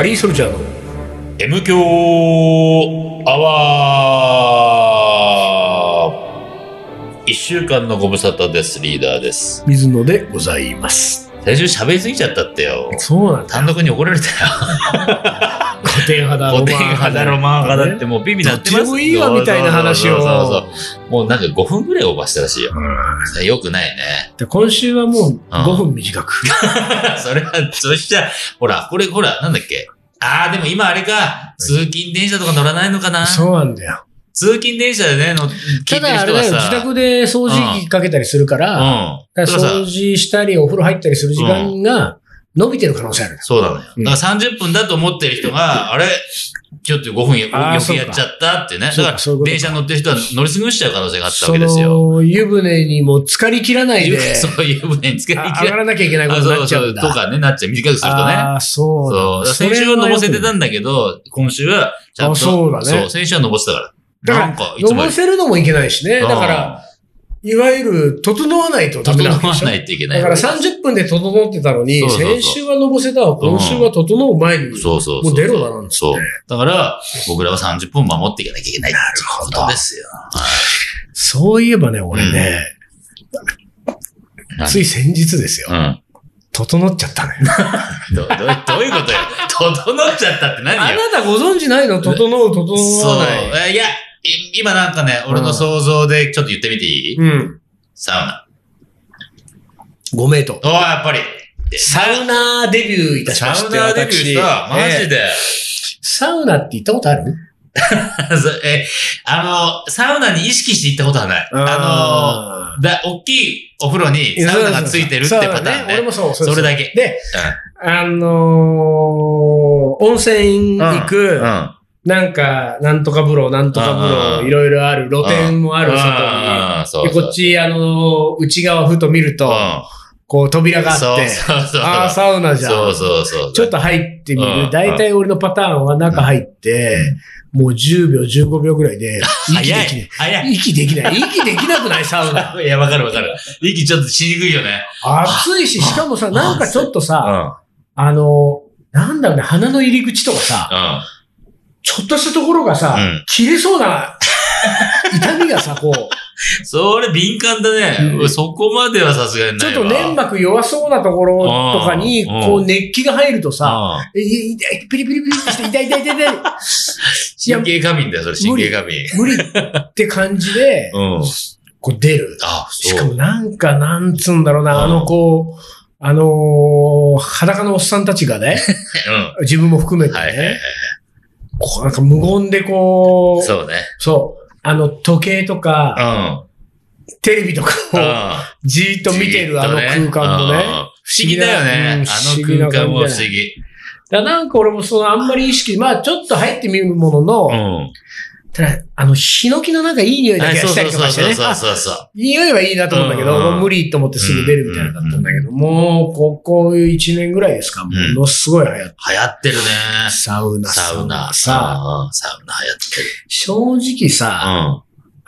リーソルジャーの M 強アワー。1週間のご無沙汰です。リーダーです。 水野でございます。 先週喋りすぎちゃったってよ。 そうなんだ。 単独に怒られたよ。 古典派だロマン派だってもうビビなってます。 どっちでもいいわみたいな話を。 そうもうなんか5分ぐらいオーバーしたらしいよ。よくないね。 で今週はもう5分短く。 それは、そしたら、ほら、これ、ほら、なんだっけ。でも今あれか、通勤電車とか乗らないのかな。 そうなんだよ。 通勤電車でね、聞いてる人はさ。ただあれだよ、自宅で掃除機かけたりするから、掃除したりお風呂入ったりする時間が伸びてる可能性ある。 そうなのよ。だから30分だと思ってる人が、あれちょっと5分よくやっちゃったってね。だから電車乗ってる人は乗り過ごしちゃう可能性があったわけですよ。 湯船にも浸かりきらないで。 そう、湯船に浸かりきらない。 上がらなきゃいけないことになっちゃうんだ。 とかね、なっちゃう。短くするとね。そう。先週は登せてたんだけど、今週はちゃんと。 そうだね。そう、 先週は登せたから。 なんか、登せるのもいけないしね。だから、いわゆる、整わないとダメなわけでしょ。 整わないといけない。 だから30分で整ってたのに、先週は登せたわ、今週は整う前に、もう出ろだなんですね。 だから、僕らは30分守っていかなきゃいけないってことですよ。 そういえばね、俺ね、つい先日ですよ。整っちゃったね。 どういうことよ。整っちゃったって何よ。 あなたご存知ないの？整わない。 いや、今なんかね、俺の想像でちょっと言ってみていい？サウナ。 ご名答。 やっぱり。 サウナデビューいたしまして。 サウナデビューした？マジで。 サウナって行ったことある？ サウナに意識して行ったことはない。大きいお風呂にサウナがついてるってパターンね。 俺もそう。 それだけ。 で、温泉行く、なんか、なんとか風呂、いろいろある、露天もある外に。で、こっち、内側ふと見ると、こう、扉があって、サウナじゃん。ちょっと入ってみる。だいたい俺のパターンは中入って、もう10秒、15秒ぐらいで、息できない。息できなくないサウナ。 いや、わかる。息ちょっとしにくいよね。 暑いし、しかもさ、なんかちょっとさ、なんだろうね、鼻の入り口とかさ、ちょっとしたところがさ、切れそうな、痛みがさ、こう。 それ敏感だね。そこまではさすがにないわ。 ちょっと粘膜弱そうなところとかに、こう熱気が入るとさ、ピリピリして痛い。 神経過敏だよ、それ神経過敏。 無理って感じで、こう出る。しかもなんか、なんつうんだろうな、裸のおっさんたちがね、自分も含めてね、こうなんか無言でこう、 そうね。 そう。時計とか、テレビとかをじーっと見てる空間もね。 不思議だよね。空間も不思議。 なんか俺もあんまり意識、まあちょっと入ってみるものの、ただ、ヒノキのなんかいい匂いだけがしたりとかしてね。匂いはいいなと思うんだけど、無理と思ってすぐ出るみたいなのだったんだけど、もう、ここ1年ぐらいですか、ものすごい流行ってる。 流行ってるね。 サウナ流行ってる。 正直さ、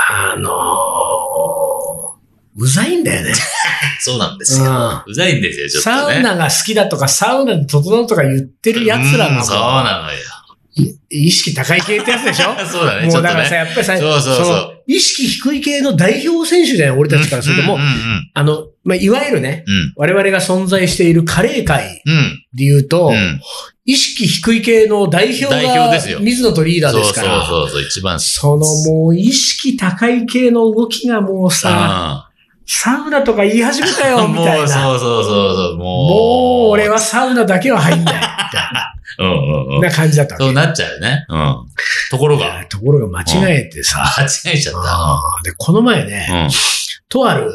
うざいんだよね。 そうなんですよ。うざいんですよ、ちょっとね。 サウナが好きだとか、サウナで整うとか言ってる奴らが。 そうなのよ。 意識高い系ってやつでしょ？ そうだね。 もうだからさ、やっぱりさ、意識低い系の代表選手じゃない、俺たちからするとも、いわゆるね、我々が存在しているカレー界で言うと、意識低い系の代表が水野とリーダーですから、 一番。 もう意識高い系の動きがもうさ、サウナとか言い始めたよ、みたいな。もう俺はサウナだけは入んない、みたいな。な感じだったわけ。 そうなっちゃうね。ところが間違えてさ。 間違えちゃった。 で、この前ね、とある、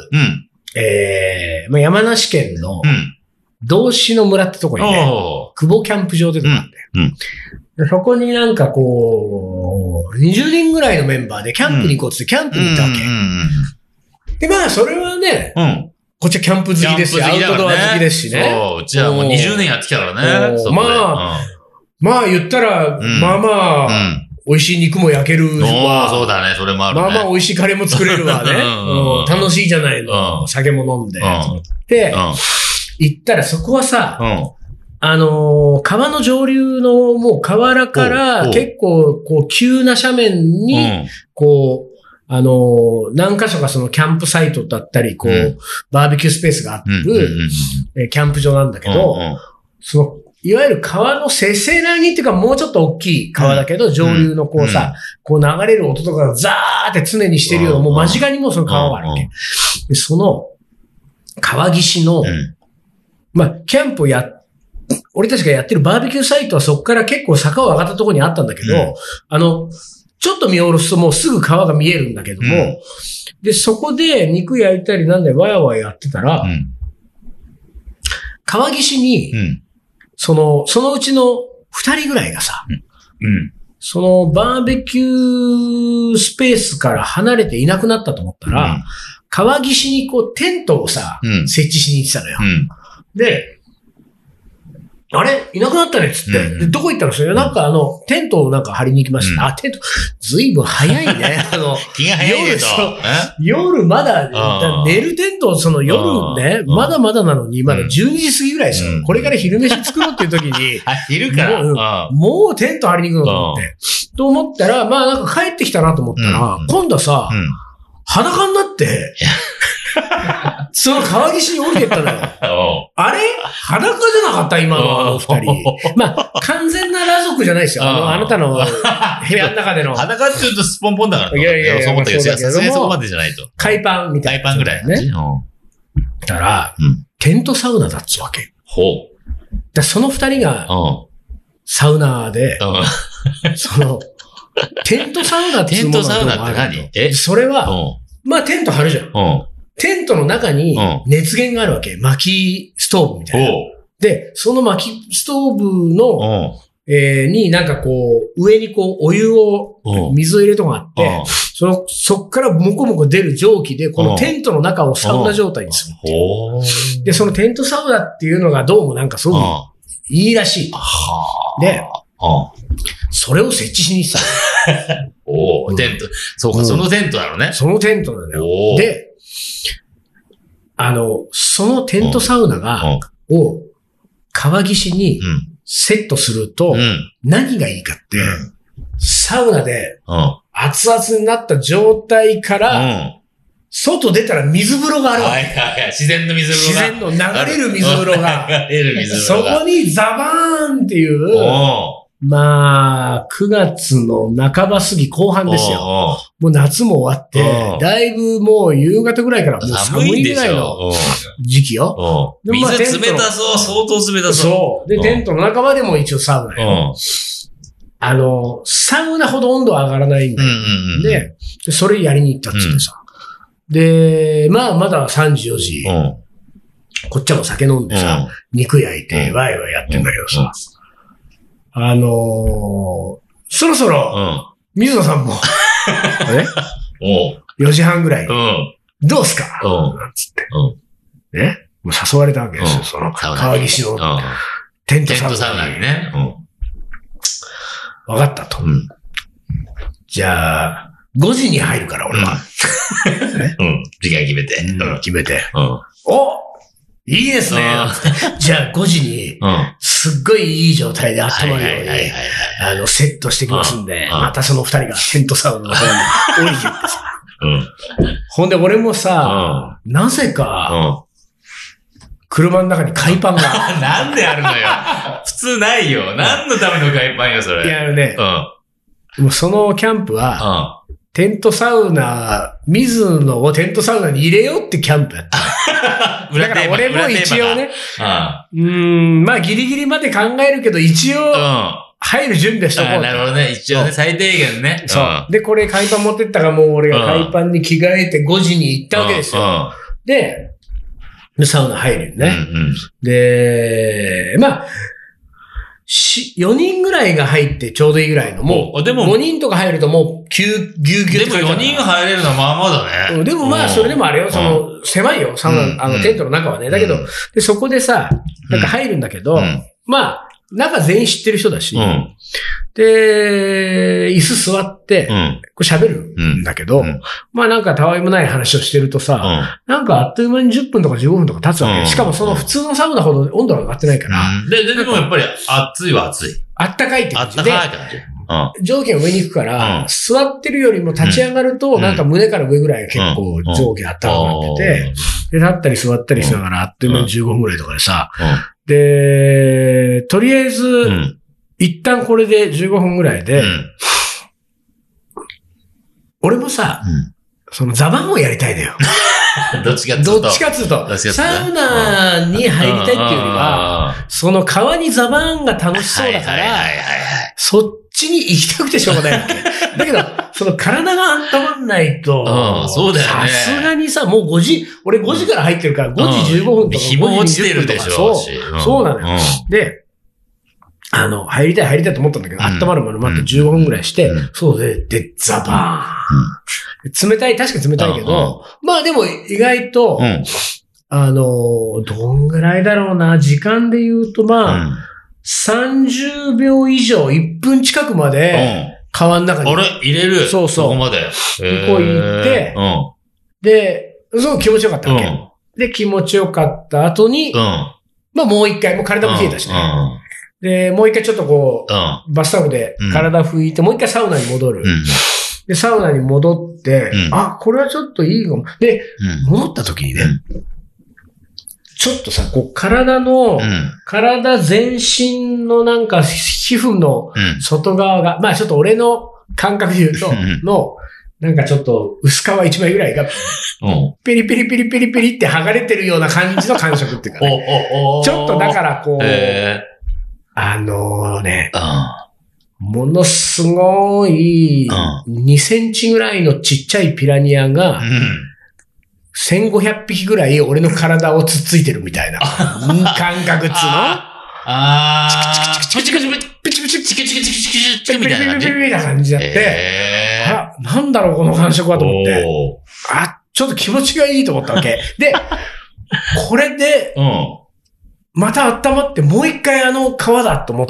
山梨県の、道志の村ってとこにね、久保キャンプ場ってとこなんだよ。そこになんかこう、20人ぐらいのメンバーでキャンプに行こうってキャンプに行ったわけ。で、まあ、それはね、こっちはキャンプ好きですし、アウトドア好きですしね。 そう、うちはもう20年やってきたからね。 まあ言ったら、美味しい肉も焼けるわ。 そうだね、それもあるね。 美味しいカレーも作れるわね。楽しいじゃないの。酒も飲んで。で、行ったらそこはさ、 川の上流のもう河原から結構、こう、急な斜面に、こう、何箇所かそのキャンプサイトだったり、こう、バーベキュースペースがある、キャンプ場なんだけど、その、いわゆる川のせせらぎっていうかもうちょっと大きい川だけど、上流のこうさ、こう流れる音とかがザーって常にしてるような、もう間近にもその川があるわけ。で、その、川岸の、まあ、キャンプ俺たちがやってるバーベキューサイトはそこから結構坂を上がったところにあったんだけど、ちょっと見下ろすともうすぐ川が見えるんだけども、で、そこで肉焼いたりなんでワヤワヤやってたら、川岸に、そのうちの2人ぐらいがさ、そのバーベキュースペースから離れていなくなったと思ったら、川岸にこうテントをさ、設置しに行ってたのよ。で、あれいなくなったねっつって。で、どこ行ったのそれなんかテントをなんか張りに行きました。テント、ずいぶん早いね。 気が早いけど。 夜まだ、寝るテント、夜ね、まだまだなのに、まだ12時過ぎぐらいですよ。これから昼飯作ろうっていう時に。 昼からもうテント張りに行くのと思って。と思ったら、まあなんか帰ってきたなと思ったら、今度はさ、裸になって、その川岸に降りてったのよ。あれ裸じゃなかった今の二人。まあ、完全な裸族じゃないですよ。あなたの部屋の中での。 裸って言うとスポンポンだから。 いや、 そう思ったけど、そこまでじゃないと。 海パンみたいな。 海パンぐらいね。 だから、テントサウナだっつうわけ。 ほう。 その二人が、サウナーで、テントサウナってテントサウナって何？ それは、まあテント張るじゃん。テントの中に熱源があるわけ。薪ストーブみたいな。で、その薪ストーブの、になんかこう、上にこう、お湯を、水を入れとかあって、そっからもこもこ出る蒸気で、このテントの中をサウナ状態にするっていう。で、そのテントサウナっていうのがどうもなんかすごくいいらしい。で、それを設置しに行った。 テント。そうか、そのテントなのね。 そのテントなんだよ。で、そのテントサウナを川岸にセットすると、何がいいかって、サウナで熱々になった状態から、外出たら水風呂があるわけ。 自然の水風呂が。自然の流れる水風呂が。そこにザバーンっていう、まあ、9月の半ば過ぎ後半ですよ。もう夏も終わって、だいぶもう夕方ぐらいからもう寒いぐらいの時期よ。 水冷たそう、相当冷たそう。 そう。で、テントの中までも一応サウナよ。サウナほど温度は上がらないんだよ。で、それやりに行ったっつってさ。で、まあ、まだ3時4時。こっちはもう酒飲んでさ、肉焼いて、ワイワイやってんだけどさ。そろそろ、水野さんも、4時半ぐらい、どうすかなんつって。ねもう誘われたわけですよ、その、川岸のテントサウナにね。わかったと。じゃあ、5時に入るから、俺は。 時間決めて。 決めて。いいですね。じゃあ5時に、すっごいいい状態で温まるように、セットしてきますんで、またその2人がテントサウナの方に降りてってさ。ほんで俺もさ、なぜか、車の中に海パンが。 なんであるのよ。普通ないよ。何のための海パンよ、それ。 いやね、もうそのキャンプは、テントサウナ、水野をテントサウナに入れようってキャンプやった。だから俺も一応ね、まあギリギリまで考えるけど、一応、入る準備はしとこう。 なるほどね。一応ね、最低限ね。 そう。で、これ海パン持ってったからもう俺が海パンに着替えて5時に行ったわけですよ。で、サウナ入るよね。で、まあ、4人ぐらいが入ってちょうどいいぐらいの、もう、でも5人とか入るともう、ぎゅうぎゅうでも4人が入れるのはまあまあだね。 でもまあ、それでもあれよ、狭いよ、サウナ、テントの中はね。だけど、で、そこでさ、なんか入るんだけど、まあ、 中全員知ってる人だし、で、椅子座って、これ喋るんだけど、まあなんかたわいもない話をしてるとさ、なんかあっという間に10分とか15分とか経つわけ。しかもその普通のサウナほど温度が上がってないから。 でもやっぱり暑いは暑い。 あったかいって感じで。 あったかい感じ。 上下が上に行くから、座ってるよりも立ち上がると、なんか胸から上ぐらい結構上下あったかくなってて、で、立ったり座ったりしながらあっという間に15分ぐらいとかでさ、で、とりあえず、一旦これで15分ぐらいで、俺もさ、その座番をやりたいのよ。 どっちかっつうと。 サウナに入りたいっていうよりは、その川に座番が楽しそうだから、そっちに行きたくてしょうがないわけ。だけど、その体が温まんないと、 そうだよね。 さすがにさ、もう5時、俺5時から入ってるから5時15分とか日も落ちてるでしょ。 そうなのよ。で、入りたいと思ったんだけど、温まるまで待って15分ぐらいして、そうで、ザバーン。冷たい、確かに冷たいけど、まあでも意外と、どんぐらいだろうな、時間で言うとまあ、30秒以上、1分近くまで、川の中に。 あれ入れるそう。 そこまで。 こう行って、で、すごく気持ちよかったわけ。で、気持ちよかった後に、まあもう一回、もう体も冷えたしね。で、もう一回ちょっとこう、バスタオルで体拭いて、もう一回サウナに戻る。で、サウナに戻って、あ、これはちょっといいかも。で、戻った時にね、ちょっとさ、こう、体全身のなんか皮膚の外側が、まあちょっと俺の感覚で言うと、なんかちょっと薄皮一枚ぐらいが、ペリペリペリペリペリって剥がれてるような感じの感触っていうかね。ちょっとだからこう、ものすごい、2センチぐらいのちっちゃいピラニアが、1500匹ぐらい俺の体をつっついてるみたいな感覚っつうのチクチクチクチクピチピチチクチクチクチクチクチクみたいな感じになって、あ、なんだろうこの感触はと思って、ちょっと気持ちがいいと思ったわけ。で、これで、また温まってもう一回川だと思って、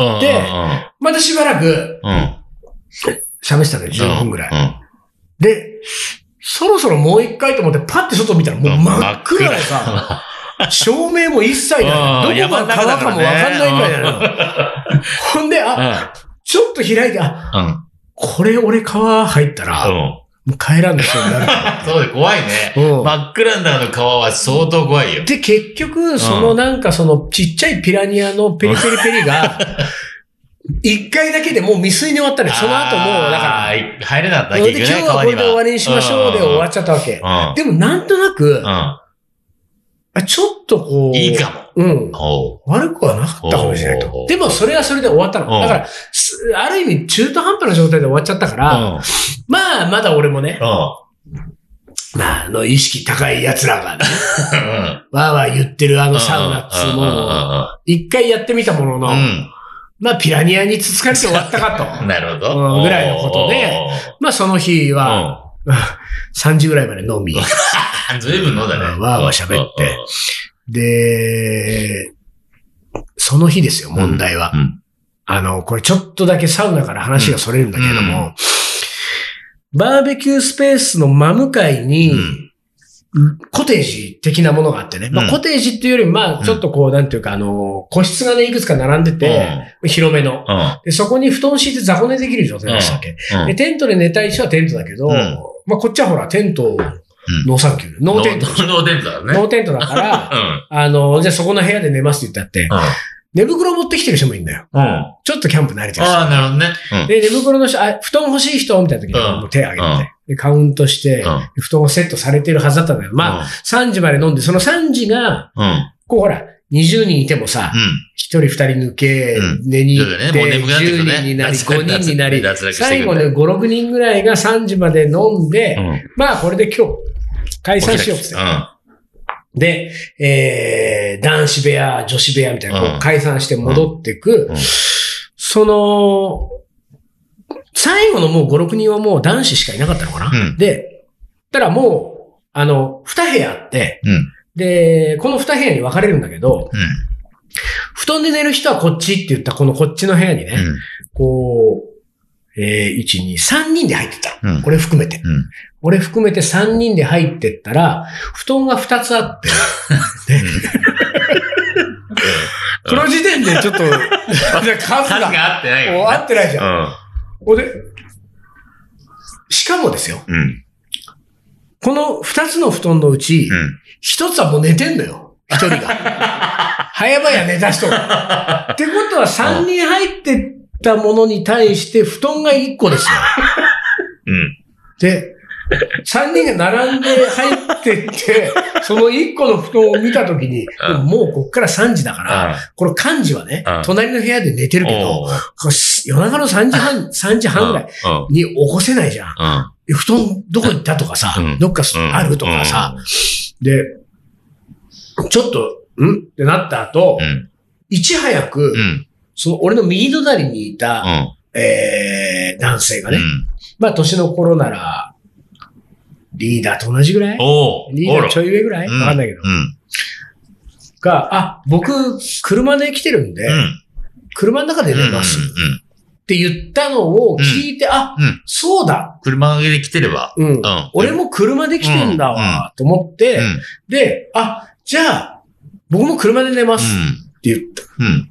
またしばらく、喋ってたのよ、15分ぐらい。で、そろそろもう一回と思ってパッて外見たらもう真っ暗でさ、照明も一切ない。どこが川かもわかんないぐらいなの。ほんで、ちょっと開いて、これ俺川入ったら、もう帰らんでしょうになる。 そうで、怖いね。真っ暗なの川は相当怖いよ。 で、結局、なんかそのちっちゃいピラニアのペリペリペリが、一回だけでもう未遂に終わったね。その後もう、だから。 入れなかった結局ね、 今日はこれで終わりにしましょうで終わっちゃったわけ。でもなんとなく、ちょっとこう。 いいかも。悪くはなかったかもしれないと。でもそれはそれで終わったの。だから、ある意味中途半端な状態で終わっちゃったから、まあ、まだ俺もね、まあ、意識高い奴らがね、わーわー言ってるサウナっつうものを、一回やってみたものの、まあ、ピラニアにつつかれて終わったかと。 なるほど。 ぐらいのことで、まあ、その日は、3時ぐらいまで飲み。 ずいぶん飲んだね。 わーわー喋って。で、その日ですよ、問題は。これちょっとだけサウナから話がそれるんだけれども、バーベキュースペースの真向かいに、コテージ的なものがあってね。まあ、コテージっていうよりも、まあ、ちょっとこう、なんていうか、個室がね、いくつか並んでて、広めの。で、そこに布団敷いて雑魚寝できる状態でしたっけ。で、テントで寝たい人はテントだけど、まあ、こっちはほら、テント、ノーサンキュー。ノーテント。 ノーテントだね。 ノーテントだから、じゃあそこの部屋で寝ますって言ったって、寝袋持ってきてる人もいるんだよ。ちょっとキャンプ慣れてる人。 なるほどね。 で、寝袋の人、布団欲しい人みたいな時にもう手挙げて、で、カウントして、布団がセットされてるはずだったんだけど、まあ、3時まで飲んで、その3時が、こうほら、20人いてもさ、1人2人抜け、寝に行って、10人になり、5人になり、最後ね、5、6人ぐらいが3時まで飲んで、まあ、これで今日、解散しようって。で、男子部屋、女子部屋みたいな、こう解散して戻ってく。最後のもう5、6人はもう男子しかいなかったのかな。で、たらもう、2部屋あって、で、この2部屋に分かれるんだけど、 布団で寝る人はこっちって言ったこっちの部屋にね、こう、1、2、3人で入ってた。俺含めて。俺含めて3人で入ってったら、布団が2つあって、この時点でちょっと、数が合ってないよ、 合ってないじゃん。しかもですよ。この2つの布団のうち、1つはもう寝てんのよ。1人が。早々寝た人が。ってことは3人入ってったものに対して布団が1個ですよ。で、3人が並んで入ってって、その1個の布団を見たときに、もうこっから3時だから、この幹事はね、隣の部屋で寝てるけど、夜中の3時半ぐらいに起こせないじゃん。布団どこ行ったとかさ、どっかあるとかさ。で、ちょっと、ってなった後、いち早く、その俺の右隣にいた、男性がね、まあ年の頃なら、リーダーと同じぐらいリーダーちょい上ぐらいわかんないけど。僕、車で来てるんで、車の中で寝ます。って言ったのを聞いて、そうだ。 車で来てれば。 俺も車で来てんだわ、と思って、で、じゃあ、僕も車で寝ます。って言った。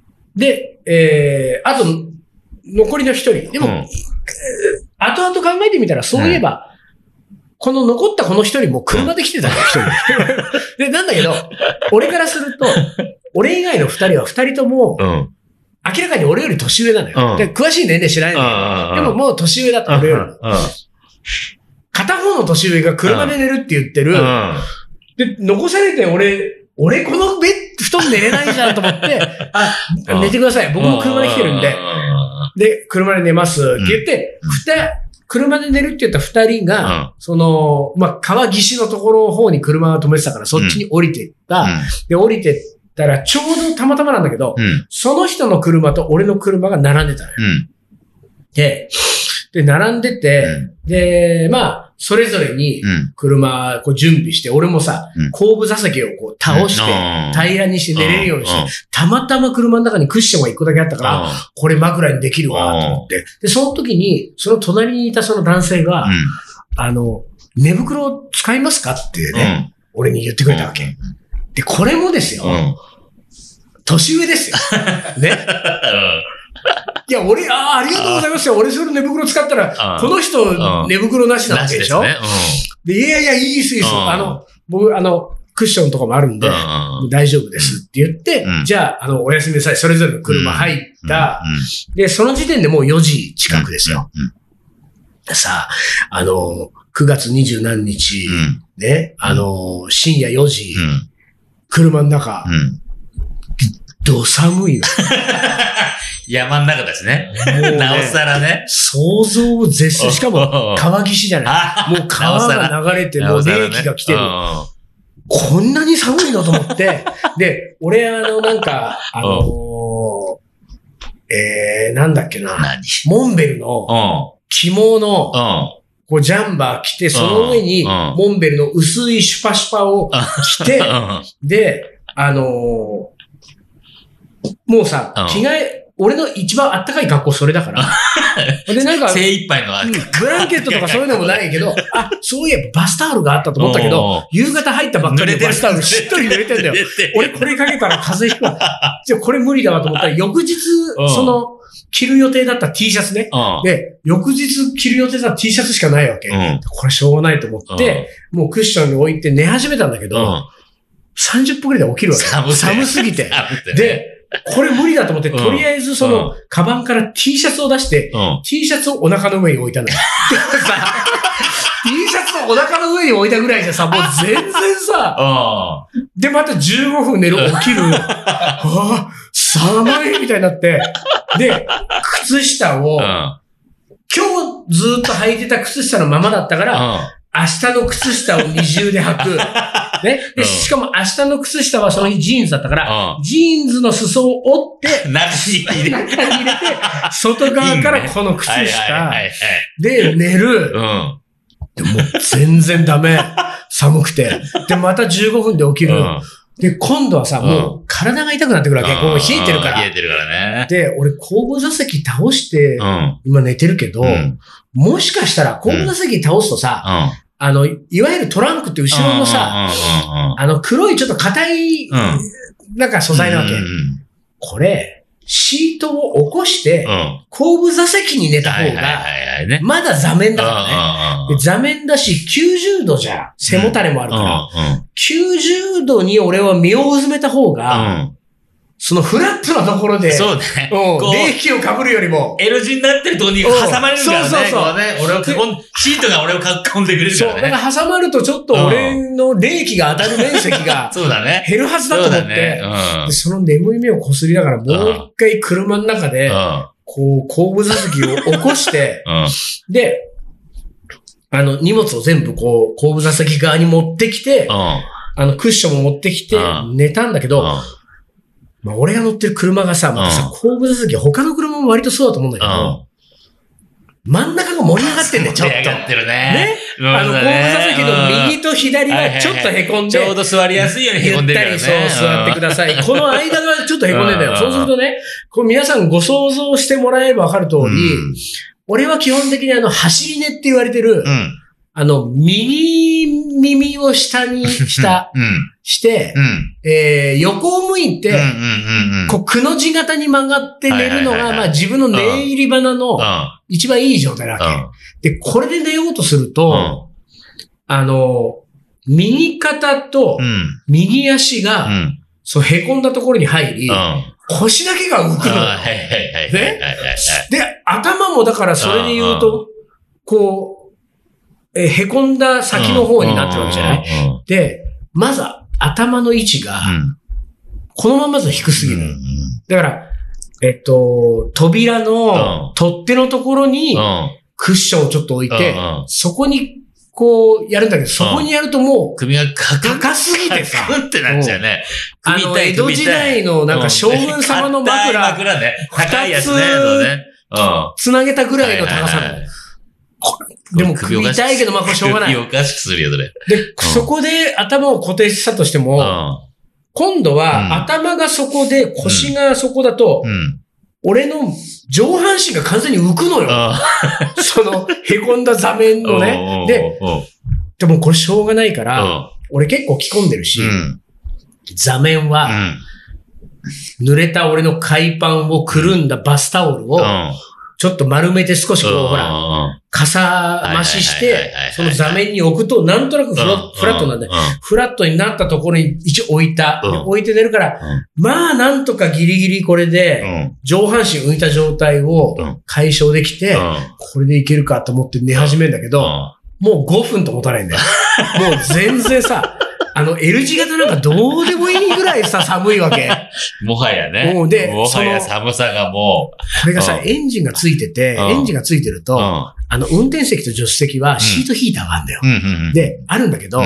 で、あと、残りの一人。でも、後々考えてみたら、そういえば、この残ったこの一人も車で来てたから、一人。で、なんだけど、俺からすると、俺以外の二人は二人とも、明らかに俺より年上なのよ。で、詳しい年齢知らないんだけど、でももう年上だった俺よりも。片方の年上が車で寝るって言ってる。で、残されて俺この布団寝れないじゃんと思って、寝てください。僕も車で来てるんで。で、車で寝ますって言って、車で寝るって言った二人が、川岸のところの方に車が止めてたから、そっちに降りていった。で、降りてったら、ちょうどたまたまなんだけど、その人の車と俺の車が並んでたのよ。で、並んでて、で、それぞれに車準備して、俺もさ、後部座席を倒して、平らにして寝れるようにして、たまたま車の中にクッションが一個だけあったから、これ枕にできるわ、と思って。で、その時に、その隣にいたその男性が、寝袋使いますかってね、俺に言ってくれたわけ。で、これもですよ、年上ですよ。ね。いや、俺、ありがとうございますよ。俺その寝袋使ったら、この人、寝袋なしなわけでしょ。で、いや、いいですよ。僕、クッションとかもあるんで、大丈夫ですって言って、じゃあ、おやすみなさい。それぞれの車入った。で、その時点でもう4時近くですよ。さあ、9月20何日、ね、深夜4時、車の中、ど寒いよ。 山の中ですね。なおさらね。 想像を絶する。しかも、川岸じゃない。もう川が流れて、もう冷気が来てる。こんなに寒いのと思って。で、俺なんか、なんだっけな。モンベルの、着物の、ジャンバー着て、その上に、モンベルの薄いシュパシュパを着て、で、もうさ、着替え、俺の一番あったかい格好それだから。で、なんか、 精一杯のブランケットとかそういうのもないけど、そういえばバスタオルがあったと思ったけど、夕方入ったばっかりのバスタオルしっとり濡れてんだよ。俺これかけたら風邪ひくわ。じゃあこれ無理だわと思ったら、翌日、着る予定だった T シャツね。で、翌日着る予定だった T シャツしかないわけ。これしょうがないと思って、もうクッションに置いて寝始めたんだけど、30分くらいで起きるわけ。寒すぎて。で、これ無理だと思って、とりあえずカバンから T シャツを出して、T シャツをお腹の上に置いたのよ。T シャツをお腹の上に置いたぐらいじゃさ、もう全然さ、で、また15分寝る、起きる。寒いみたいになって、で、靴下を、今日ずっと履いてた靴下のままだったから、明日の靴下を二重で履く。ね。で、しかも明日の靴下はその日ジーンズだったから、ジーンズの裾を折って、中に入れて、外側からこの靴下で寝る。でもう全然ダメ。寒くて。で、また15分で起きる。 で、今度はさ、もう体が痛くなってくるわけ。こう冷えてるから。 冷えてるからね。 で、俺後部座席倒して、今寝てるけど、もしかしたら後部座席倒すとさ、いわゆるトランクって後ろのさ、黒いちょっと硬い、なんか素材なわけ。これ、シートを起こして、後部座席に寝た方が、まだ座面だからね。座面だし、90度じゃ、背もたれもあるから、90度に俺は身をうずめた方が、そのフラットなところで、 そうね。 冷気を被るよりも、 L 字になってるところに挟まれるからね。そうシートが俺を囲んでくれるからね。 そう。だから挟まるとちょっと俺の冷気が当たる面積が、 そうだね。 減るはずだと思って、その眠い目をこすりながらもう一回車の中で、こう、後部座席を起こして、で、荷物を全部こう、後部座席側に持ってきて、クッションも持ってきて、寝たんだけど、まあ、俺が乗ってる車がさ、またさ、後部座席、他の車も割とそうだと思うんだけど、真ん中が盛り上がってんだよ、ちょっと。 盛り上がってるね。 後部座席の右と左がちょっと凹んで。 ちょうど座りやすいように凹んでるよね。 そう、座ってください。この間がちょっと凹んでんだよ。そうするとね、こう皆さんご想像してもらえばわかる通り、俺は基本的に走り寝って言われてる、右耳を下にして、横を向いて、こう、くの字型に曲がって寝るのが、まあ自分の寝入り鼻の一番いい状態なわけ。で、これで寝ようとすると、右肩と右足が、そう、凹んだところに入り、腰だけが動くの。で、頭もだからそれで言うと、こう、凹んだ先の方になってるわけじゃない？で、まず頭の位置が、このままじゃ低すぎる。だから、扉の取っ手のところに、クッションをちょっと置いて、そこに、こう、やるんだけど、そこにやるともう、 首が高すぎてさ。 カクってなっちゃうね。 江戸時代のなんか将軍様の枕、二つ、つなげたぐらいの高さの。でも首痛いけど、まあこれしょうがない。 首おかしくするよ、それ。 で、そこで頭を固定したとしても、今度は頭がそこで腰がそこだと、俺の上半身が完全に浮くのよ。その凹んだ座面のね。でもこれしょうがないから、俺結構着込んでるし、座面は、濡れた俺の海パンをくるんだバスタオルを、ちょっと丸めて少しこう、ほら、かさ増しして、その座面に置くと、なんとなくフラットなんだよ。フラットになったところに一応置いた。置いて寝るから、まあなんとかギリギリこれで、上半身浮いた状態を解消できて、これでいけるかと思って寝始めるんだけど、もう5分と持たないんだよ。もう全然さ、L 字型なんかどうでもいいぐらいさ、寒いわけ。 もはやね。 もはや寒さがもう。 これがさ、エンジンがついてて、エンジンがついてると、運転席と助手席はシートヒーターがあるんだよ。で、あるんだけど、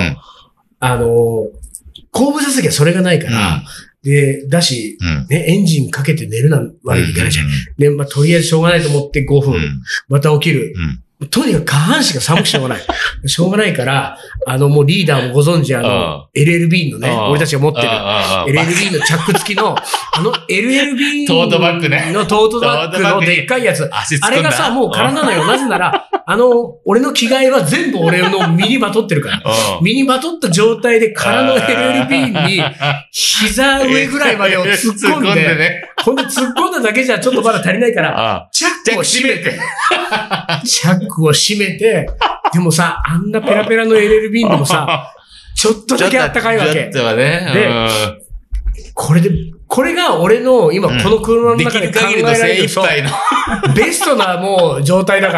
後部座席はそれがないから、で、だし、ね、エンジンかけて寝るわけにいかないじゃん。で、まあ、とりあえずしょうがないと思って5分、また起きる。とにかく下半身が寒くしょうがない。しょうがないから、もうリーダーもご存知LLB のね、俺たちが持ってる、LLB のチャック付きの、LLB トートバッグね。 のトートバッグのでっかいやつ。あれがさ、もう空なのよ。なぜなら、俺の着替えは全部俺の身にまとってるから。身にまとった状態で空の LLB に、膝上ぐらいまでを突っ込んで、ほんで突っ込んだだけじゃちょっとまだ足りないから、チャックを閉めて、チャックを閉めて、でもさ、あんなペラペラの LLB でもさ、ちょっとだけあったかいわけ。 ちょっとはね。 で、これが俺の今この車の中で考えられるベストなもう状態だから、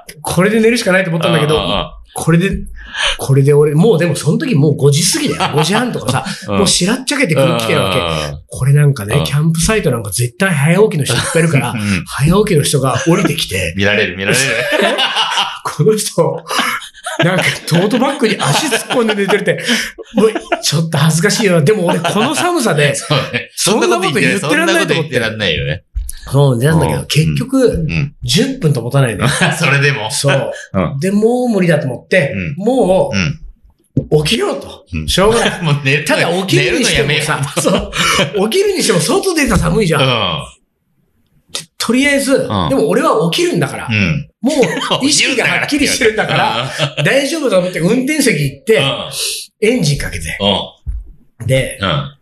これで寝るしかないと思ったんだけど、これで俺、もうでもその時もう5時過ぎだよ。5時半とかさ、もうしらっちゃけて来てるわけ。これなんかね、キャンプサイトなんか絶対早起きの人いっぱいいるから、早起きの人が降りてきて。 見られる。 この人、なんかトートバッグに足突っ込んで寝てるって、もうちょっと恥ずかしいよな。でも俺この寒さで、そんなこと言ってらんないと思って。 らんないよね。 そう、なんだけど、結局、10分と持たないね。 それでも。 そう。で、もう無理だと思って、もう、 起きようと。しょうがない。 もうただ起きるにしてもさ、そう。起きるにしても外出たら寒いじゃん。とりあえず、でも俺は起きるんだから、もう意識がはっきりしてるんだから、大丈夫だと思って運転席行って、エンジンかけて、で、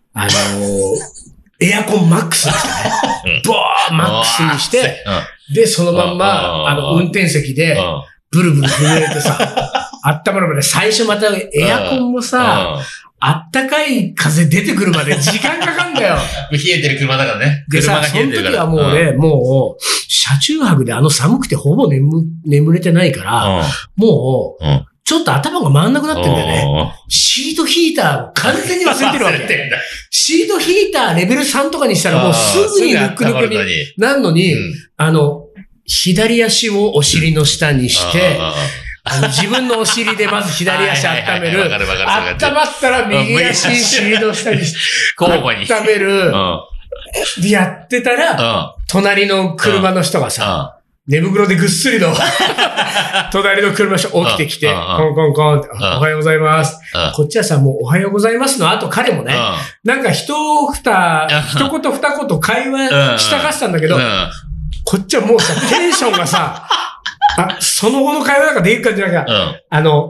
エアコンマックスにしてね、ボーマックスにして、で、そのまんま、運転席で、ブルブル震えてさ、温まるまで、最初またエアコンもさ、あったかい風出てくるまで時間かかんだよ。 冷えてる車だからね。 でさ、その時はもうね、もう、車中泊で寒くてほぼ眠れてないから、もう、ちょっと頭が回んなくなってんだよね。シートヒーター完全に忘れてるわけ。シートヒーターレベル3とかにしたらもうすぐにぬくぬくになるのに、左足をお尻の下にして、自分のお尻でまず左足温める。温まったら右足尻の下にして、温める。でやってたら、隣の車の人がさ、寝袋でぐっすりの、隣の車の人起きてきて、コンコンコンって、おはようございます。こっちはさ、もうおはようございますの後彼もね、なんか一言二言会話したかしたんだけど、こっちはもうさ、テンションがさ、その後の会話なんかできる感じなんか、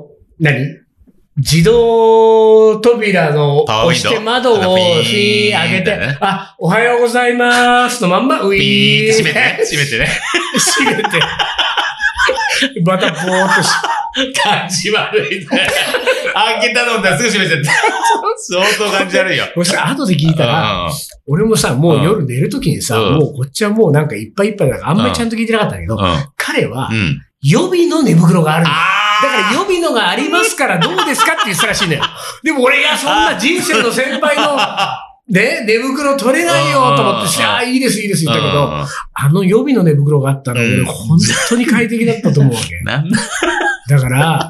自動扉の押して窓を上げて、おはようございますのまんま、ウィーって閉めてね。 閉めて。またぼーっと感じ悪いね。開けたのだすぐ閉めちゃった。相当感じ悪いよ。 もし後で聞いたら、俺もさ、もう夜寝るときにさ、もうこっちはもうなんかいっぱいいっぱいだからあんまりちゃんと聞いてなかったんだけど、彼は、予備の寝袋があるんだよ。だから予備のがありますからどうですかって言ってたらしいんだよ。でも俺がそんな人生の先輩の、ね、寝袋取れないよと思ってさ、いいです言ったけど、予備の寝袋があったら俺本当に快適だったと思うわけ。だから、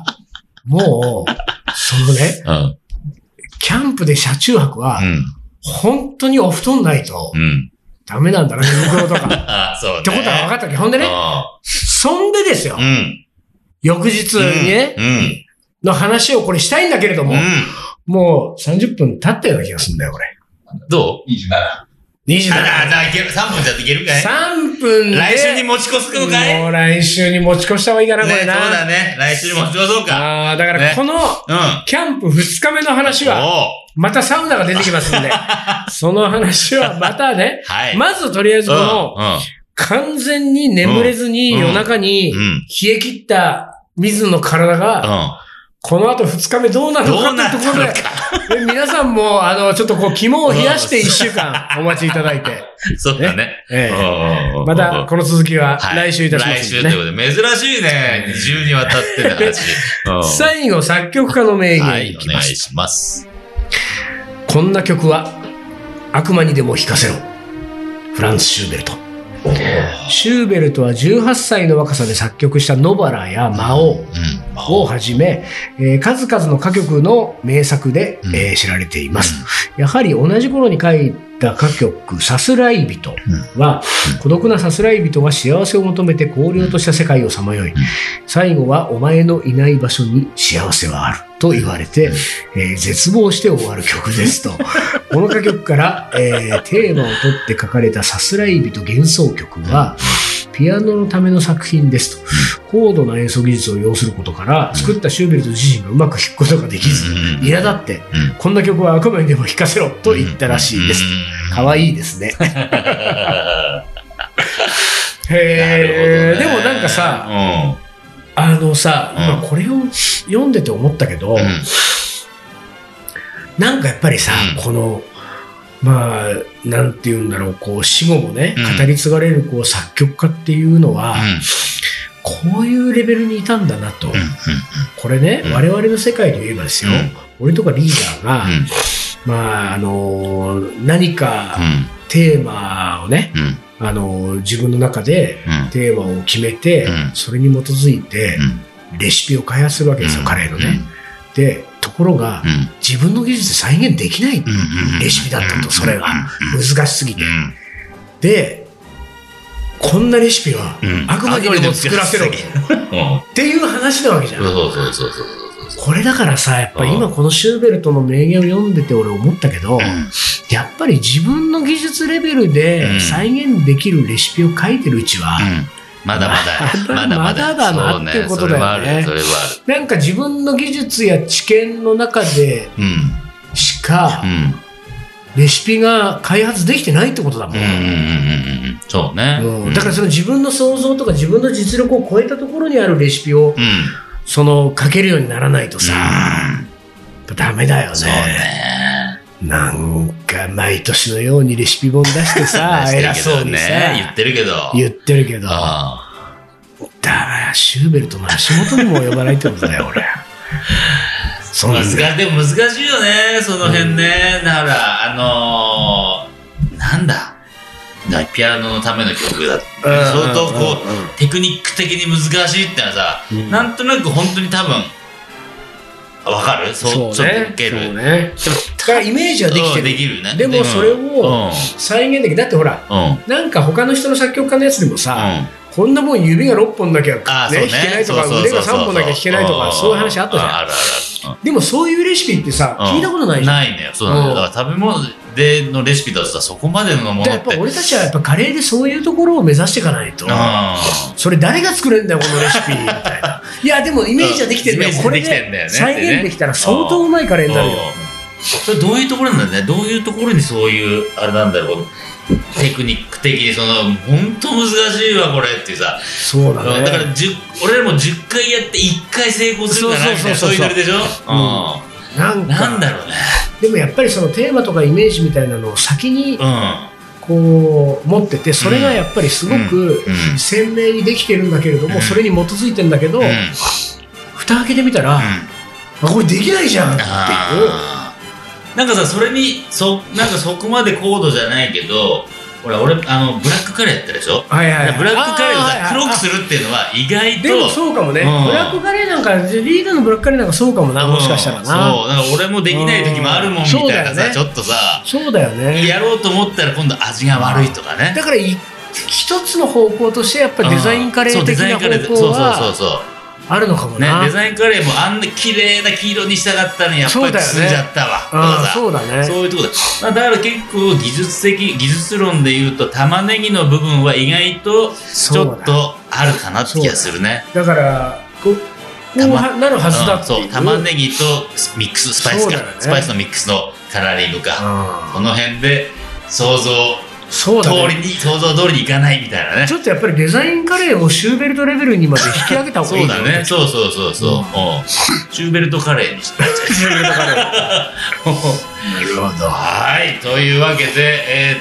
もう、そのね、キャンプで車中泊は、本当にお布団ないと、ダメなんだな、寝袋とか。ってことは分かったっけ。ほんでね、そんでですよ。翌日にね、の話をこれしたいんだけれども、もう30分経ったような気がするんだよ、これ。 どう ?27。じゃあいける。3分じゃいけるかい ?3 分で。 来週に持ち越すのかいもう来週に持ち越した方がいいかな、これな。 そうだね。来週に持ち越そうか。 だからこの、キャンプ2日目の話は、またサウナが出てきますんで、その話はまたね、まずとりあえずこの、完全に眠れずに夜中に冷え切った水野の体が、この後2日目どうなるのかってところで、皆さんも、ちょっとこう、肝を冷やして1週間お待ちいただいて。 そうだね。 また、この続きは来週いたしますね。来週ということで、珍しいね。二重にわたっての話。 最後、作曲家の名言いきます。 お願いします。 こんな曲は、悪魔にでも弾かせろ。フランツ・シューベルト。シューベルトは18歳の若さで作曲したノバラや魔王をはじめ、数々の歌曲の名作で、知られています。やはり同じ頃に書いた歌曲さすらい人は、孤独なさすらい人が幸せを求めて荒涼とした世界をさまよい、最後はお前のいない場所に幸せはあると言われて、絶望して終わる曲ですと。この歌曲から、テーマを取って書かれたさすらい人幻想曲は、ピアノのための作品ですと。高度な演奏技術を要することから、作ったシューベルト自身がうまく弾くことができず、苛立って、こんな曲は悪魔にでも弾かせろと言ったらしいです。かわいいですね。でもなんかさ、今これを読んでて思ったけど、なんかやっぱりさ、この、なんて言うんだろう、こう、死後もね、語り継がれる、こう、作曲家っていうのは、こういうレベルにいたんだなと。これね、我々の世界で言えばですよ、俺とかリーダーが、何かテーマをね、自分の中でテーマを決めて、それに基づいて、レシピを開発するわけですよ、カレーのね。で、ところが、自分の技術で再現できないレシピだったと、それが難しすぎて。で、こんなレシピは悪魔にでも作らせろっていう話なわけじゃん。 これだからさ、やっぱり今このシューベルトの名言を読んでて俺思ったけど、やっぱり自分の技術レベルで再現できるレシピを書いてるうちは、 まだだなっていうことだよね。なんか自分の技術や知見の中でしかレシピが開発できてないってことだもん。 そうね。 だからその自分の想像とか自分の実力を超えたところにあるレシピをその書けるようにならないとさ、ダメだよね。そうね。なんか毎年のようにレシピ本出してさ、偉そうにさ言ってるけど。 だからシューベルトの足元にも及ばないってことだよ俺。 でも難しいよね、その辺ね。だからなんだ、ピアノのための曲だって相当こうテクニック的に難しいってのはさ、なんとなく本当に多分わかる？そうね。ちょっと受ける。 だからイメージはできてる。 できるね。 でもそれを再現できる。だってほら、なんか他の人の作曲家のやつでもさ、こんなもん指が6本だけは弾けないとか、腕が3本だけ弾けないとか、そういう話あったじゃん。 ある。 でもそういうレシピってさ、聞いたことないじゃん。 ないね。そうなんだよ。だから食べ物でのレシピだとさ、そこまでのものって。 やっぱ俺たちはやっぱカレーでそういうところを目指していかないと、それ誰が作れるんだよ、このレシピみたいな。いや、でもイメージはできてるんだよ。これで再現できたら相当うまいカレーになるよ。 それどういうところなんだよね。どういうところにそういう、あれなんだろう。テクニック的に本当難しいわこれっていうさ。 そうだね。 だから俺らも10回やって1回成功するかなみたいな、そういうノリでしょ。なんだろうね。でもやっぱりそのテーマとかイメージみたいなのを先にこう持ってて、それがやっぱりすごく鮮明にできてるんだけれども、それに基づいてるんだけど、蓋開けてみたら、これできないじゃんっていう。 なんかさ、それになんかそこまで高度じゃないけど、ほら俺ブラックカレーやったでしょ。ブラックカレーをさ黒くするっていうのは意外と。 でもそうかもね。ブラックカレーなんかリーダーのブラックカレーなんかそうかもな、もしかしたらな。 そう、なんか俺もできない時もあるもんみたいなさ、ちょっとさ、 そうだよね。 やろうと思ったら今度味が悪いとかね。 だから一つの方向としてやっぱりデザインカレー的な方向はあるのかもね。 デザインカレーもあんな綺麗な黄色にしたかったのにやっぱり進んじゃったわ。 そうだね。 そういうとこだ。だから結構技術論で言うと玉ねぎの部分は意外とちょっとあるかなって気がするね。 だからこうなるはずだっていう。 玉ねぎとミックススパイスか、スパイスのミックスのカラーリングか、この辺で想像通りにいかないみたいなね。 ちょっとやっぱりデザインカレーをシューベルトレベルにまで引き上げた方がいい。 そうだね。そう。シューベルトカレーにして。シューベルトカレー。なるほど。 はい。というわけで、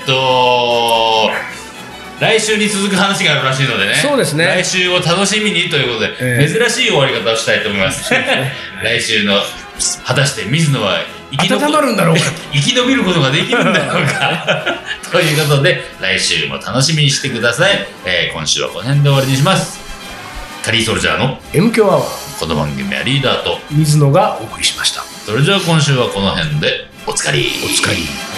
来週に続く話があるらしいのでね。 そうですね。 来週を楽しみにということで、珍しい終わり方をしたいと思います。来週の、果たして水野は温まるんだろうか。 生き延びることができるんだろうか。ということで、来週も楽しみにしてください。今週はこの辺で終わりにします。カリーソルジャーの M 強アワー。 この番組はリーダーと水野がお送りしました。 それじゃあ今週はこの辺でおつかり。 おつかり。